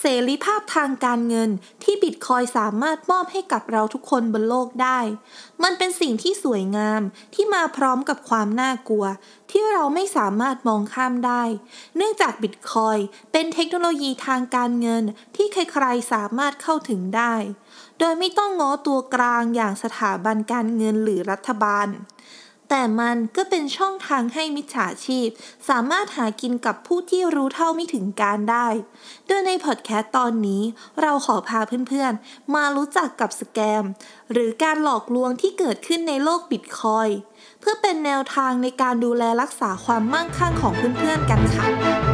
รีภาพทางการเงินที่บิตคอยน์สามารถมอบให้กับเราทุกคนบนโลกได้มันเป็นสิ่งที่สวยงามที่มาพร้อมกับความน่ากลัวที่เราไม่สามารถมองข้ามได้เนื่องจากบิตคอยน์เป็นเทคโนโลยีทางการเงินที่ใครๆสามารถเข้าถึงได้โดยไม่ต้องง้อตัวกลางอย่างสถาบันการเงินหรือรัฐบาลแต่มันก็เป็นช่องทางให้มิจฉาชีพสามารถหากินกับผู้ที่รู้เท่าไม่ถึงการได้โดยในพอดแคสต์ตอนนี้เราขอพาเพื่อนๆมารู้จักกับสแกมหรือการหลอกลวงที่เกิดขึ้นในโลกบิตคอยน์เพื่อเป็นแนวทางในการดูแลรักษาความมั่งคั่งของเพื่อนๆกันค่ะ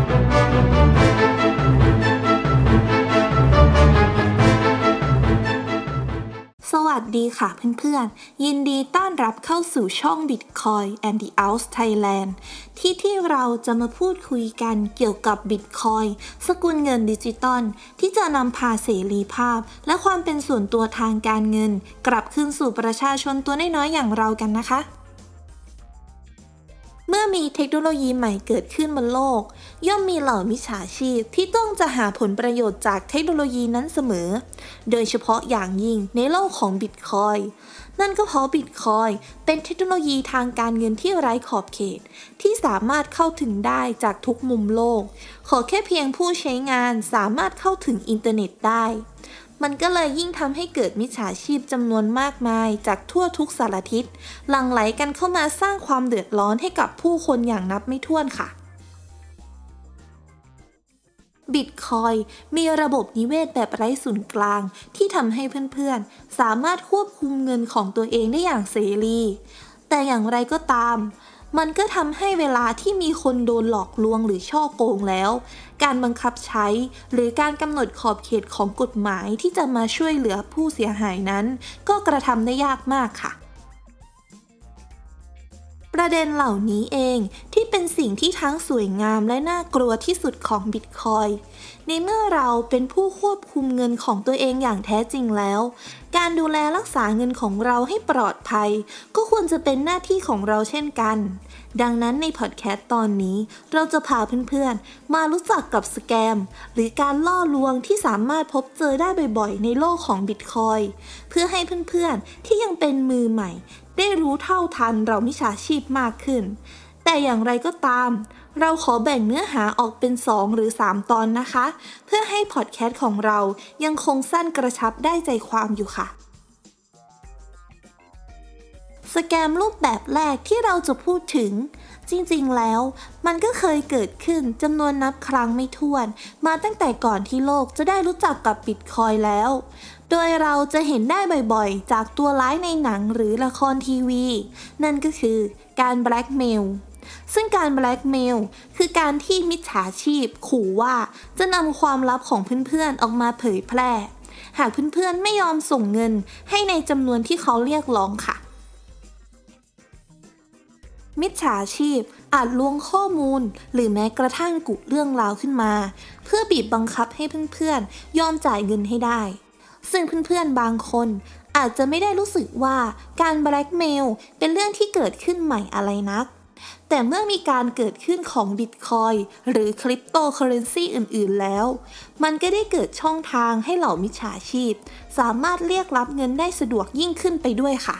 สวัสดีค่ะเพื่อนๆยินดีต้อนรับเข้าสู่ช่อง Bitcoin and the Out Thailand ที่เราจะมาพูดคุยกันเกี่ยวกับ Bitcoin สกุลเงินดิจิตอลที่จะนำพาเสรีภาพและความเป็นส่วนตัวทางการเงินกลับคืนสู่ประชาชนตัวน้อยๆอย่างเรากันนะคะเมื่อมีเทคโนโลยีใหม่เกิดขึ้นบนโลกย่อมมีเหล่ามิจฉาชีพที่ต้องจะหาผลประโยชน์จากเทคโนโลยีนั้นเสมอโดยเฉพาะอย่างยิ่งในโลกของบิตคอยน์นั่นก็เพราะบิตคอยน์เป็นเทคโนโลยีทางการเงินที่ไร้ขอบเขตที่สามารถเข้าถึงได้จากทุกมุมโลกขอแค่เพียงผู้ใช้งานสามารถเข้าถึงอินเทอร์เน็ตได้มันก็เลยยิ่งทำให้เกิดมิจฉาชีพจำนวนมากมายจากทั่วทุกสารทิศหลั่งไหลกันเข้ามาสร้างความเดือดร้อนให้กับผู้คนอย่างนับไม่ถ้วนค่ะบิตคอยน์มีระบบนิเวศแบบไร้ศูนย์กลางที่ทำให้เพื่อนๆสามารถควบคุมเงินของตัวเองได้อย่างเสรีแต่อย่างไรก็ตามมันก็ทำให้เวลาที่มีคนโดนหลอกลวงหรือฉ้อโกงแล้วการบังคับใช้หรือการกำหนดขอบเขตของกฎหมายที่จะมาช่วยเหลือผู้เสียหายนั้นก็กระทำได้ยากมากค่ะประเด็นเหล่านี้เองที่เป็นสิ่งที่ทั้งสวยงามและน่ากลัวที่สุดของบิตคอยน์ในเมื่อเราเป็นผู้ควบคุมเงินของตัวเองอย่างแท้จริงแล้วการดูแลรักษาเงินของเราให้ปลอดภัยก็ควรจะเป็นหน้าที่ของเราเช่นกันดังนั้นในพอดแคสต์ตอนนี้เราจะพาเพื่อนๆมารู้จักกับสแกมหรือการล่อลวงที่สามารถพบเจอได้บ่อยๆในโลกของบิตคอยน์เพื่อให้เพื่อนๆที่ยังเป็นมือใหม่ได้รู้เท่าทันเรามิจฉาชีพมากขึ้นแต่อย่างไรก็ตามเราขอแบ่งเนื้อหาออกเป็น2หรือ3ตอนนะคะเพื่อให้พอดแคสต์ของเรายังคงสั้นกระชับได้ใจความอยู่ค่ะสแกมรูปแบบแรกที่เราจะพูดถึงจริงๆแล้วมันก็เคยเกิดขึ้นจำนวนนับครั้งไม่ถ้วนมาตั้งแต่ก่อนที่โลกจะได้รู้จักกับบิตคอยน์แล้วโดยเราจะเห็นได้บ่อยๆจากตัวร้ายในหนังหรือละครทีวีนั่นก็คือการแบล็กเมลซึ่งการแบล็กเมลคือการที่มิจฉาชีพขู่ว่าจะนำความลับของเพื่อนๆออกมาเผยแพร่หากเพื่อนๆไม่ยอมส่งเงินให้ในจำนวนที่เขาเรียกร้องค่ะมิจฉาชีพอาจลวงข้อมูลหรือแม้กระทั่งกุเรื่องราวขึ้นมาเพื่อบีบบังคับให้เพื่อนๆยอมจ่ายเงินให้ได้ซึ่งเพื่อนๆบางคนอาจจะไม่ได้รู้สึกว่าการแบล็กเมลเป็นเรื่องที่เกิดขึ้นใหม่อะไรนักแต่เมื่อมีการเกิดขึ้นของบิตคอยน์หรือคริปโตเคอเรนซีอื่นๆแล้วมันก็ได้เกิดช่องทางให้เหล่ามิจฉาชีพสามารถเรียกรับเงินได้สะดวกยิ่งขึ้นไปด้วยค่ะ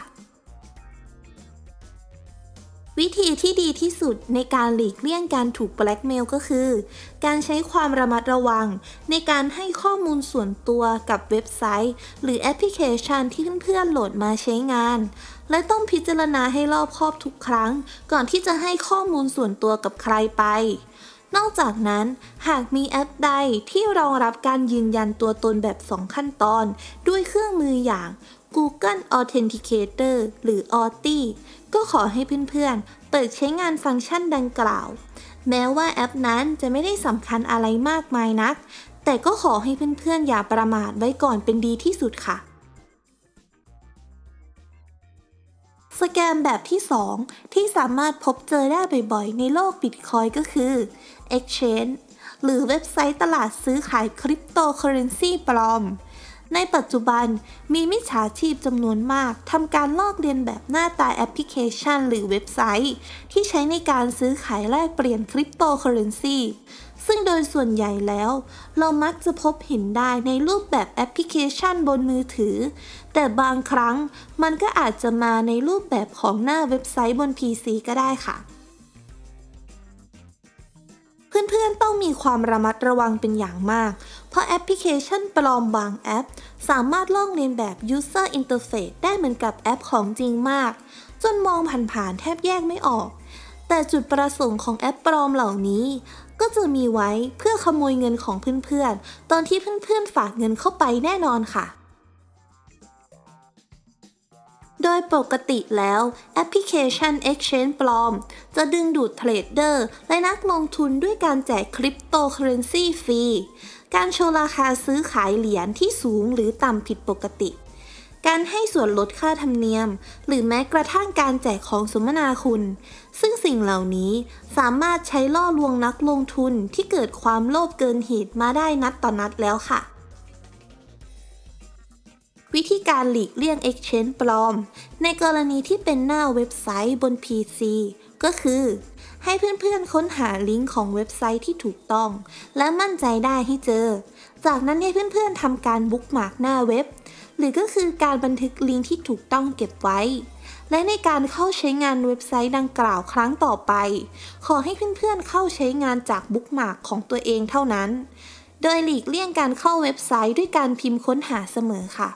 วิธีที่ดีที่สุดในการหลีกเลี่ยงการถูกแบล็กเมลก็คือการใช้ความระมัดระวังในการให้ข้อมูลส่วนตัวกับเว็บไซต์หรือแอปพลิเคชันที่เพื่อนๆโหลดมาใช้งานและต้องพิจารณาให้รอบคอบทุกครั้งก่อนที่จะให้ข้อมูลส่วนตัวกับใครไปนอกจากนั้นหากมีแอปใดที่รองรับการยืนยันตัวตนแบบ2ขั้นตอนด้วยเครื่องมืออย่าง Google Authenticator หรือ Authy ก็ขอให้เพื่อนๆเปิดใช้งานฟังก์ชันดังกล่าวแม้ว่าแอปนั้นจะไม่ได้สำคัญอะไรมากมายนักแต่ก็ขอให้เพื่อนๆอย่าประมาทไว้ก่อนเป็นดีที่สุดค่ะสแกมแบบที่2ที่สามารถพบเจอได้บ่อยๆในโลกบิตคอยน์ก็คือ Exchange หรือเว็บไซต์ตลาดซื้อขายคริปโตเคอเรนซีปลอมในปัจจุบันมีมิจฉาชีพจำนวนมากทำการลอกเลียนแบบหน้าตาแอปพลิเคชันหรือเว็บไซต์ที่ใช้ในการซื้อขายแลกเปลี่ยนคริปโตเคอเรนซีซึ่งโดยส่วนใหญ่แล้วเรามักจะพบเห็นได้ในรูปแบบแอปพลิเคชันบนมือถือแต่บางครั้งมันก็อาจจะมาในรูปแบบของหน้าเว็บไซต์บน PC ก็ได้ค่ะเพื่อนๆต้องมีความระมัดระวังเป็นอย่างมากเพราะแอปพลิเคชันปลอมบางแอปสามารถลอกเลียนแบบ User Interface ได้เหมือนกับแอปของจริงมากจนมองผ่านๆแทบแยกไม่ออกแต่จุดประสงค์ของแอปปลอมเหล่านี้ก็จะมีไว้เพื่อขโมยเงินของเพื่อนๆตอนที่เพื่อนๆฝากเงินเข้าไปแน่นอนค่ะโดยปกติแล้วแอปพลิเคชัน Exchange ปลอมจะดึงดูดเทรดเดอร์และนักลงทุนด้วยการแจกคริปโตเคอเรนซีฟรีการโชว์ราคาซื้อขายเหรียญที่สูงหรือต่ำผิดปกติการให้ส่วนลดค่าธรรมเนียมหรือแม้กระทั่งการแจกของสมนาคุณซึ่งสิ่งเหล่านี้สามารถใช้ล่อลวงนักลงทุนที่เกิดความโลภเกินเหตุมาได้นัดต่อนัดแล้วค่ะวิธีการหลีกเลี่ยง Exchange ปลอมในกรณีที่เป็นหน้าเว็บไซต์บน PC ก็คือให้เพื่อนๆค้นหาลิงก์ของเว็บไซต์ที่ถูกต้องและมั่นใจได้ให้เจอจากนั้นให้เพื่อนๆทำการบุ๊กมาร์กหน้าเว็บหรือก็คือการบันทึกลิงก์ที่ถูกต้องเก็บไว้และในการเข้าใช้งานเว็บไซต์ดังกล่าวครั้งต่อไปขอให้เพื่อนๆเข้าใช้งานจากบุ๊กมาร์กของตัวเองเท่านั้นโดยหลีกเลี่ยงการเข้าเว็บไซต์ด้วยการพิมพ์ค้นหาเสมอค่ะ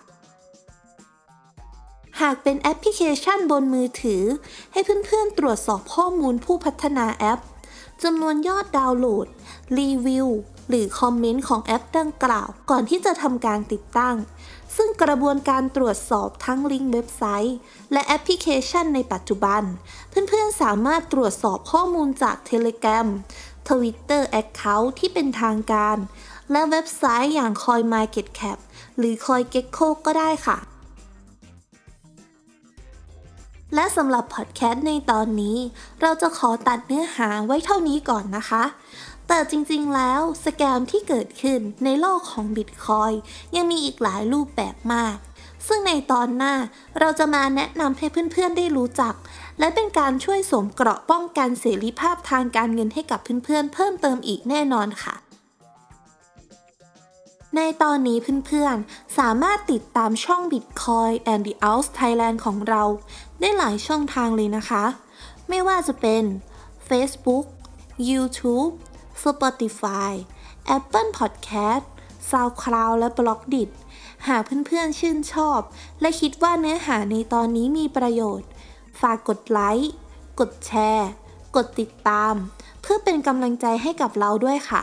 หากเป็นแอปพลิเคชันบนมือถือให้เพื่อนๆตรวจสอบข้อมูลผู้พัฒนาแอปจำนวนยอดดาวน์โหลดรีวิวหรือคอมเมนต์ของแอปดังกล่าวก่อนที่จะทำการติดตั้งซึ่งกระบวนการตรวจสอบทั้งลิงก์เว็บไซต์และแอปพลิเคชันในปัจจุบันเพื่อนๆสามารถตรวจสอบข้อมูลจาก Telegram Twitter Account ที่เป็นทางการและเว็บไซต์อย่าง CoinMarketCap หรือ CoinGecko ก็ได้ค่ะและสำหรับพอดแคสต์ในตอนนี้เราจะขอตัดเนื้อหาไว้เท่านี้ก่อนนะคะแต่จริงๆแล้วสแกมที่เกิดขึ้นในโลกของบิตคอยน์ยังมีอีกหลายรูปแบบมากซึ่งในตอนหน้าเราจะมาแนะนำให้เพื่อนๆได้รู้จักและเป็นการช่วยสวมเกราะป้องกันเสรีภาพทางการเงินให้กับเพื่อนๆเพิ่มเติมอีกแน่นอนค่ะในตอนนี้เพื่อนๆสามารถติดตามช่อง Bitcoin and the Ounce Thailand ของเราได้หลายช่องทางเลยนะคะไม่ว่าจะเป็น Facebook YouTube Spotify Apple Podcast SoundCloud และ Blockdit หากเพื่อนๆชื่นชอบและคิดว่าเนื้อหาในตอนนี้มีประโยชน์ฝากกดไลค์กดแชร์กดติดตามเพื่อเป็นกำลังใจให้กับเราด้วยค่ะ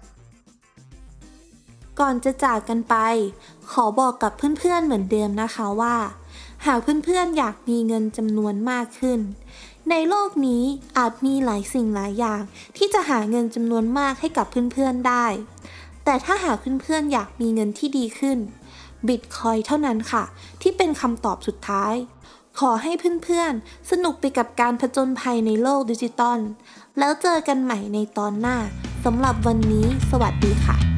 ก่อนจะจากกันไปขอบอกกับเพื่อนๆเหมือนเดิมนะคะว่าหากเพื่อนๆอยากมีเงินจำนวนมากขึ้นในโลกนี้อาจมีหลายสิ่งหลายอย่างที่จะหาเงินจำนวนมากให้กับเพื่อนๆได้แต่ถ้าหากเพื่อนๆอยากมีเงินที่ดีขึ้น Bitcoin เท่านั้นค่ะที่เป็นคำตอบสุดท้ายขอให้เพื่อนๆสนุกไปกับการผจญภัยในโลกดิจิตอลแล้วเจอกันใหม่ในตอนหน้าสำหรับวันนี้สวัสดีค่ะ